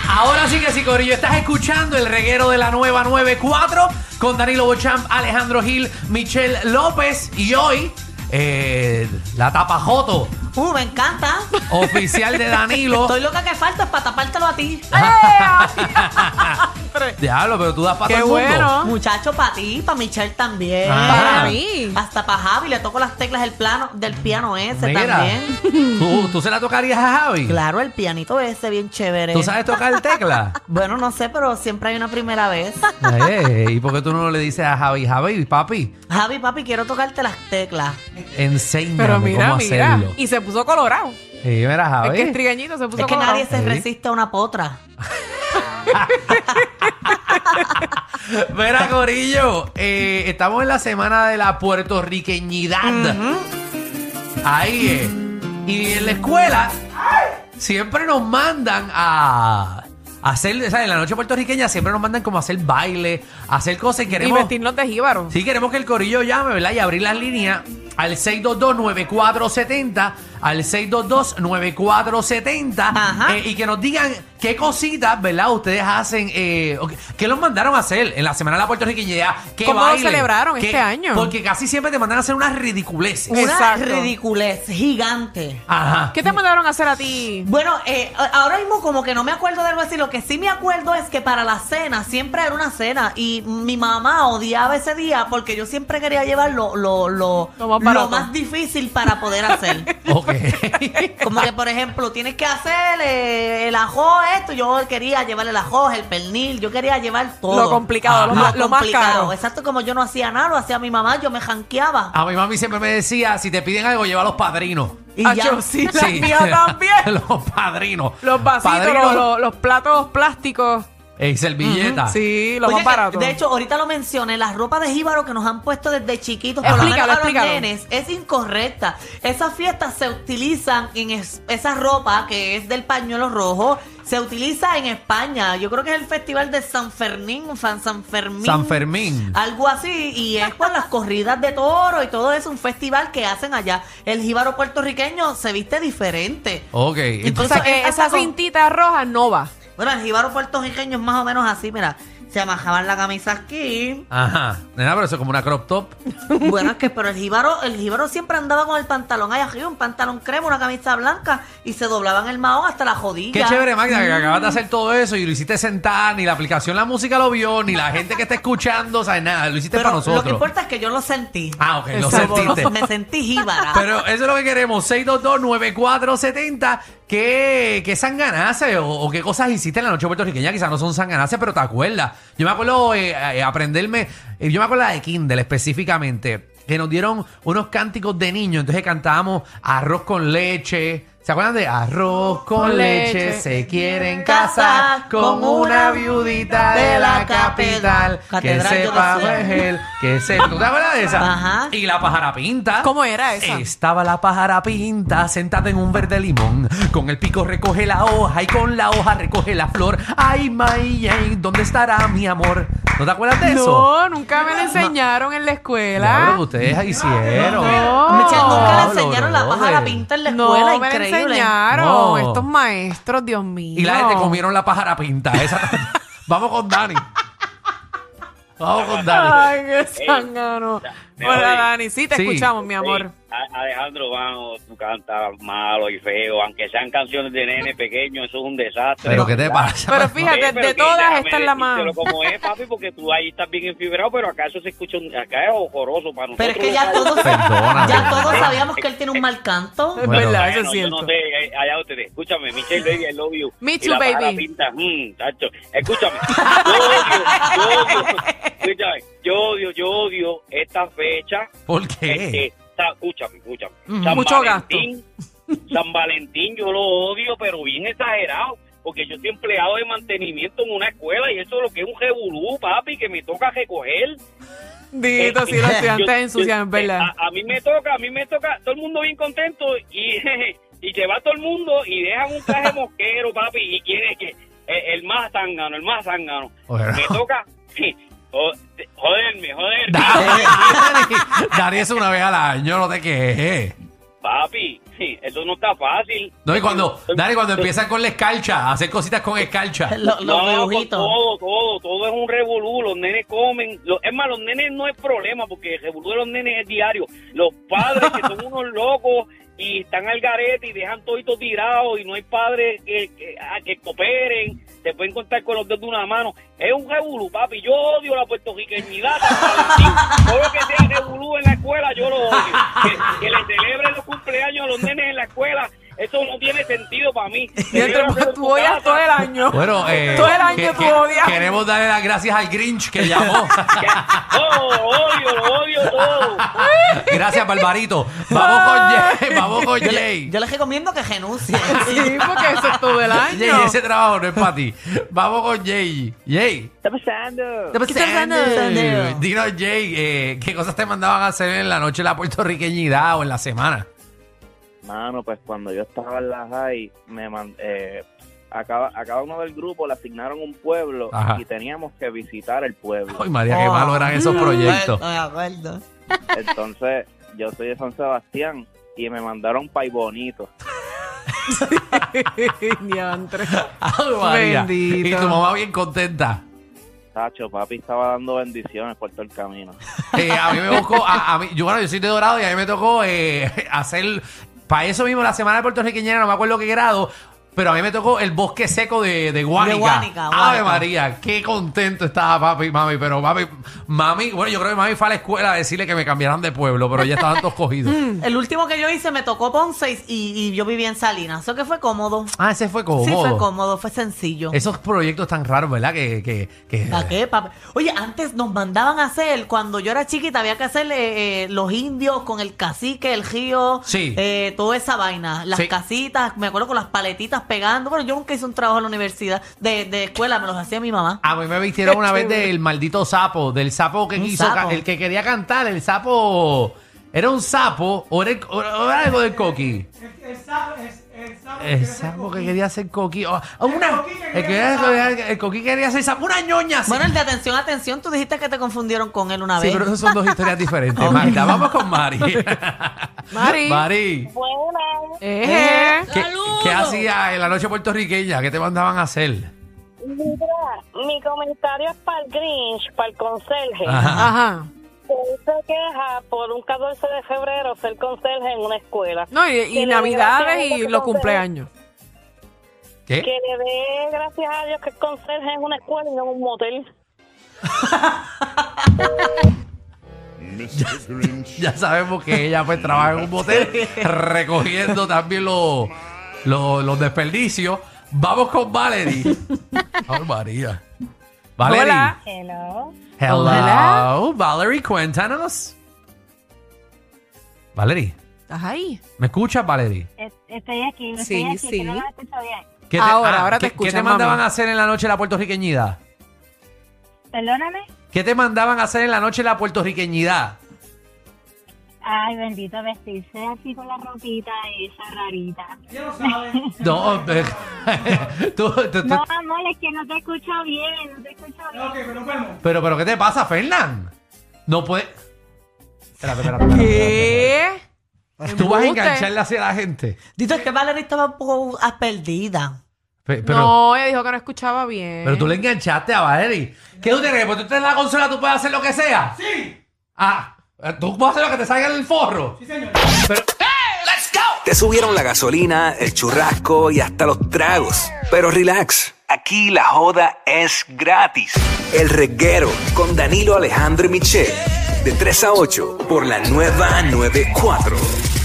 Ahora sí que sí, Corillo, estás escuchando el reguero de la nueva 94 con Danilo Bochamp, Alejandro Gil, Michelle López y hoy la tapajoto Me encanta. oficial de Danilo. Estoy loca que falta para tapártelo a ti. Diablo, pero tú das para Qué todo el mundo. bueno. Muchacho, para ti, para Michelle también. Ah. Para mí. Hasta para Javi le toco las teclas del piano ese Mira, también. ¿Tú se la tocarías a Javi? Claro, el pianito ese bien chévere. ¿Tú sabes tocar tecla? Bueno, no sé, pero siempre hay una primera vez. ¿Y por qué tú no le dices a Javi, papi, Javi, papi, quiero tocarte las teclas. enséñame Pero mira, cómo mira. hacerlo? Y se puso colorado. Sí, mira, Javi. Es que es trigueñito, se puso Es que colorado. nadie se Sí. resiste a una potra. Mira, Corillo, estamos en la semana de la puertorriqueñidad. Ahí es. Y en la escuela siempre nos mandan a hacer, o sea, en la noche puertorriqueña siempre nos mandan como a hacer baile, a hacer cosas y Y queremos... vestirnos de jíbaro. Sí, queremos que el Corillo llame, ¿verdad? Y abrir las líneas al 622-9470, al 622-9470, Ajá. y que nos digan qué cositas, ¿verdad? Ustedes hacen, qué los mandaron a hacer en la Semana de la Puertorriqueñidad, qué ¿Cómo lo bailen, celebraron este año? Porque casi siempre te mandan a hacer unas ridiculeces. Una Exacto. ridiculez gigante. Ajá. ¿Qué te mandaron a hacer a ti? Bueno, ahora mismo como que no me acuerdo de algo así. Lo que sí me acuerdo es que para la cena siempre era una cena y mi mamá odiaba ese día porque yo siempre quería llevar lo más barato. más difícil para poder hacer. Ok. Como que, por ejemplo, tienes que hacer el ajo, esto. Yo quería llevar el ajo, el pernil. Yo quería llevar todo. Lo complicado, lo más complicado. caro. Exacto, como yo no hacía nada, lo hacía mi mamá, yo me janqueaba. A mi mami siempre me decía, si te piden algo, lleva a los padrinos. Y Acho, sí, la mía también. Los padrinos. Los vasitos, Padrinos los platos plásticos. y servilletas. Sí, los Oye, más baratos. de hecho, ahorita lo mencioné, la ropa de jíbaro que nos han puesto desde chiquitos, Explícalo, a los explícalo. nenes, es incorrecta. Esas fiestas se utilizan en esa ropa que es del pañuelo rojo, se utiliza en España. Yo creo que es el festival de San Fermín. San Fermín. Algo así, y es por las corridas de toro y todo eso, un festival que hacen allá. El jíbaro puertorriqueño se viste diferente. Ok. O Entonces, sea que esa hasta con- cintita roja no va. Bueno, el jíbaro puertorriqueño es más o menos así, mira. Se amajaban la camisa aquí. Ajá. Nena, pero eso es como una crop top. Bueno, es que pero el jíbaro siempre andaba con el pantalón ahí arriba, un pantalón crema, una camisa blanca, y se doblaban el mahón hasta la jodilla. Qué chévere, Magda, que acabas de hacer todo eso y lo hiciste sentar, ni la aplicación La Música lo vio, ni la gente que está escuchando, o sea, nada, lo hiciste Pero para nosotros. lo que importa es que yo lo sentí. Ah, ok, lo Exacto. sentiste. Me sentí jíbara. Pero eso es lo que queremos, 622-9470. ¿Qué sanganace o qué cosas hiciste en la noche puertorriqueña? Quizás no son sanganaces, pero te acuerdas. Yo me acuerdo aprenderme, yo me acuerdo de Kindle específicamente, que nos dieron unos cánticos de niños, entonces cantábamos arroz con leche. ¿Se acuerdan de arroz con leche? Se quieren casar con una viudita de la capital. Que Catedral, yo sepa decía. Vergel, que sepa. ¿Tú te acuerdas de esa? Ajá. Y la pájara pinta. ¿Cómo era esa? Estaba la pájara pinta sentada en un verde limón. Con el pico recoge la hoja y con la hoja recoge la flor. Ay, ay, ¿dónde estará mi amor? ¿No te acuerdas de eso? No, nunca me lo enseñaron en la escuela. Claro, que ustedes hicieron. No. Michelle, nunca le Diablo, enseñaron la brother. pájara pinta en la No, escuela, me la increíble. enseñaron No. estos maestros, Dios mío. Y la gente comieron la pájara pinta. Esa... Vamos con Dani. Vamos con Dani. Ay, qué zángano. ¿Me Hola, oyes? Dani. Sí, te Sí. escuchamos, mi amor. Alejandro, vamos, tú cantas malo y feo, aunque sean canciones de nene pequeño, eso es un desastre. ¿Pero qué te pasa? Pero fíjate, Pero de que todas, déjame esta es la más. decírtelo como es, papi, porque tú ahí estás bien enfibrado, pero acá eso se escucha, acá es horroroso para nosotros. Pero es que ya los todos, Perdóname. ya todos sabíamos que él tiene un mal canto. Es Bueno, verdad, eso es Bueno, yo cierto. no sé, allá ustedes, escúchame, Michelle Baby, I love you. Me Y too, la pájara baby. Pinta, tacho, escúchame, yo odio esta fecha. ¿Por qué? Escúchame. Mucho gasto. San Valentín yo lo odio, pero bien exagerado, porque yo soy empleado de mantenimiento en una escuela y eso es lo que es un revolú, papi, que me toca recoger. Dito, sí, los estudiantes ensucian, es verdad. A mí me toca, todo el mundo bien contento y, y se va todo el mundo y dejan un traje mosquero, papi, y quiere que el más zángano. Bueno. Me toca... Joderme. Dani, Dani, es una vez al año, no te quejes. Papi, eso no está fácil. No, y cuando empiezan con la escarcha, a hacer cositas con escarcha. Los No, dibujitos. todo es un revolú. Los nenes comen. Es más, los nenes no es problema porque el revolú de los nenes es diario. Los padres que son unos locos y están al garete y dejan todito tirado y no hay padres que cooperen. Te pueden contar con los dedos de una mano. Es un revolú, papi. Yo odio la puertorriqueñidad. Todo lo que sea revolú en la escuela, yo lo odio. Que le celebren los cumpleaños a los nenes en la escuela. Eso no tiene sentido para mí. Mientras tú odias todo el año. Bueno, todo el año tú odias. queremos darle las gracias al Grinch que llamó. Lo odio todo. Gracias, Barbarito. Vamos con Jay. Yo les recomiendo que renuncien. Sí, porque eso es todo el año. Jay, ese trabajo no es para ti. Vamos con Jay. Jay. ¿Qué está pasando? ¿Qué está pasando? Dinos, Jay, ¿qué cosas te mandaban a hacer en la noche de la puertorriqueñidad o en la semana? Mano, pues cuando yo estaba en la high, a cada uno del grupo le asignaron un pueblo. Ajá. Y teníamos que visitar el pueblo. Ay, María, qué malo eran esos proyectos. De acuerdo. Entonces, yo soy de San Sebastián y me mandaron Pay Bonito. Diantre. Ay, María. Bendito. Y tu mamá bien contenta. Tacho, papi estaba dando bendiciones por todo el camino. A mí me buscó, yo soy de Dorado y a mí me tocó hacer, para eso mismo la semana de puertorriqueñera, no me acuerdo qué grado, pero a mí me tocó el bosque seco de Guánica. De Guánica. Ave María, qué contento estaba papi y mami, pero mami, bueno, yo creo que mami fue a la escuela a decirle que me cambiaran de pueblo, pero ya estaban todos cogidos. El último que yo hice me tocó Ponce y yo vivía en Salinas. Eso que fue cómodo. Ah, ese fue cómodo. Sí, fue cómodo, fue sencillo. Esos proyectos tan raros, ¿verdad? ¿Para qué, papi? Oye, antes nos mandaban a hacer, cuando yo era chiquita, había que hacer los indios con el cacique, el río, Sí. toda esa vaina. Las Sí. casitas, me acuerdo con las paletitas pegando. Bueno, yo nunca hice un trabajo en la universidad, de escuela, me los hacía mi mamá. A mí me vistieron una vez del maldito sapo, del sapo que Un quiso, sapo. el que quería cantar, el sapo, ¿era un sapo o era algo del coqui? El sapo que quería hacer coqui. El coqui quería hacer sapo, una ñoña así. Bueno, el de atención, tú dijiste que te confundieron con él una Sí, vez. pero esas son dos historias diferentes. Ok. Magda, vamos con Mari. Mari. Buenas. ¿Qué hacías en la noche puertorriqueña? ¿Qué te mandaban a hacer? Mira, mi comentario es para el Grinch, para el conserje. Ajá. Ajá. Él se queja por un 14 de febrero ser conserje en una escuela. No, Que y le dé navidades gracias a y Dios que los conserje- cumpleaños. ¿Qué? Que le dé gracias a Dios que es conserje en una escuela y no en un motel. Ya sabemos que ella pues trabaja en un motel recogiendo también los desperdicios. Vamos con Valerie. Ay, María. Valerie. Hola. Hello. Hello. Hola. Valerie, cuéntanos. Valerie, ¿Estás ahí? ¿me escuchas, Valerie? Estoy aquí, Sí, sí. pero no me escucho bien. ¿Qué Ahora te ¿qué escuchas, te mandaban mami. a hacer en la noche de la puertorriqueñidad? Perdóname. ¿Qué te mandaban a hacer en la noche de la puertorriqueñidad? Ay, bendito, vestirse así con la ropita esa rarita. No, tú- No, amor, es que no te escucho bien, no te escucho bien. pero ¿qué te pasa, Fernán? No puede. Espérate. ¿Qué? Tú vas a Embuste. engancharle hacia la gente. Dito, es que Valeria estaba un poco perdida. Pero, No, ella dijo que no escuchaba bien. pero tú le enganchaste a Valerie. ¿Qué tú tienes? Pues tú tienes la consola, tú puedes hacer lo que sea. Sí. Ah, tú puedes hacer lo que te salga en el forro. Sí, señor. Pero, Te subieron la gasolina, el churrasco y hasta los tragos. Pero relax, aquí la joda es gratis. El Reguero con Danilo Alejandro y Michelle. De 3 a 8 por la nueva 94.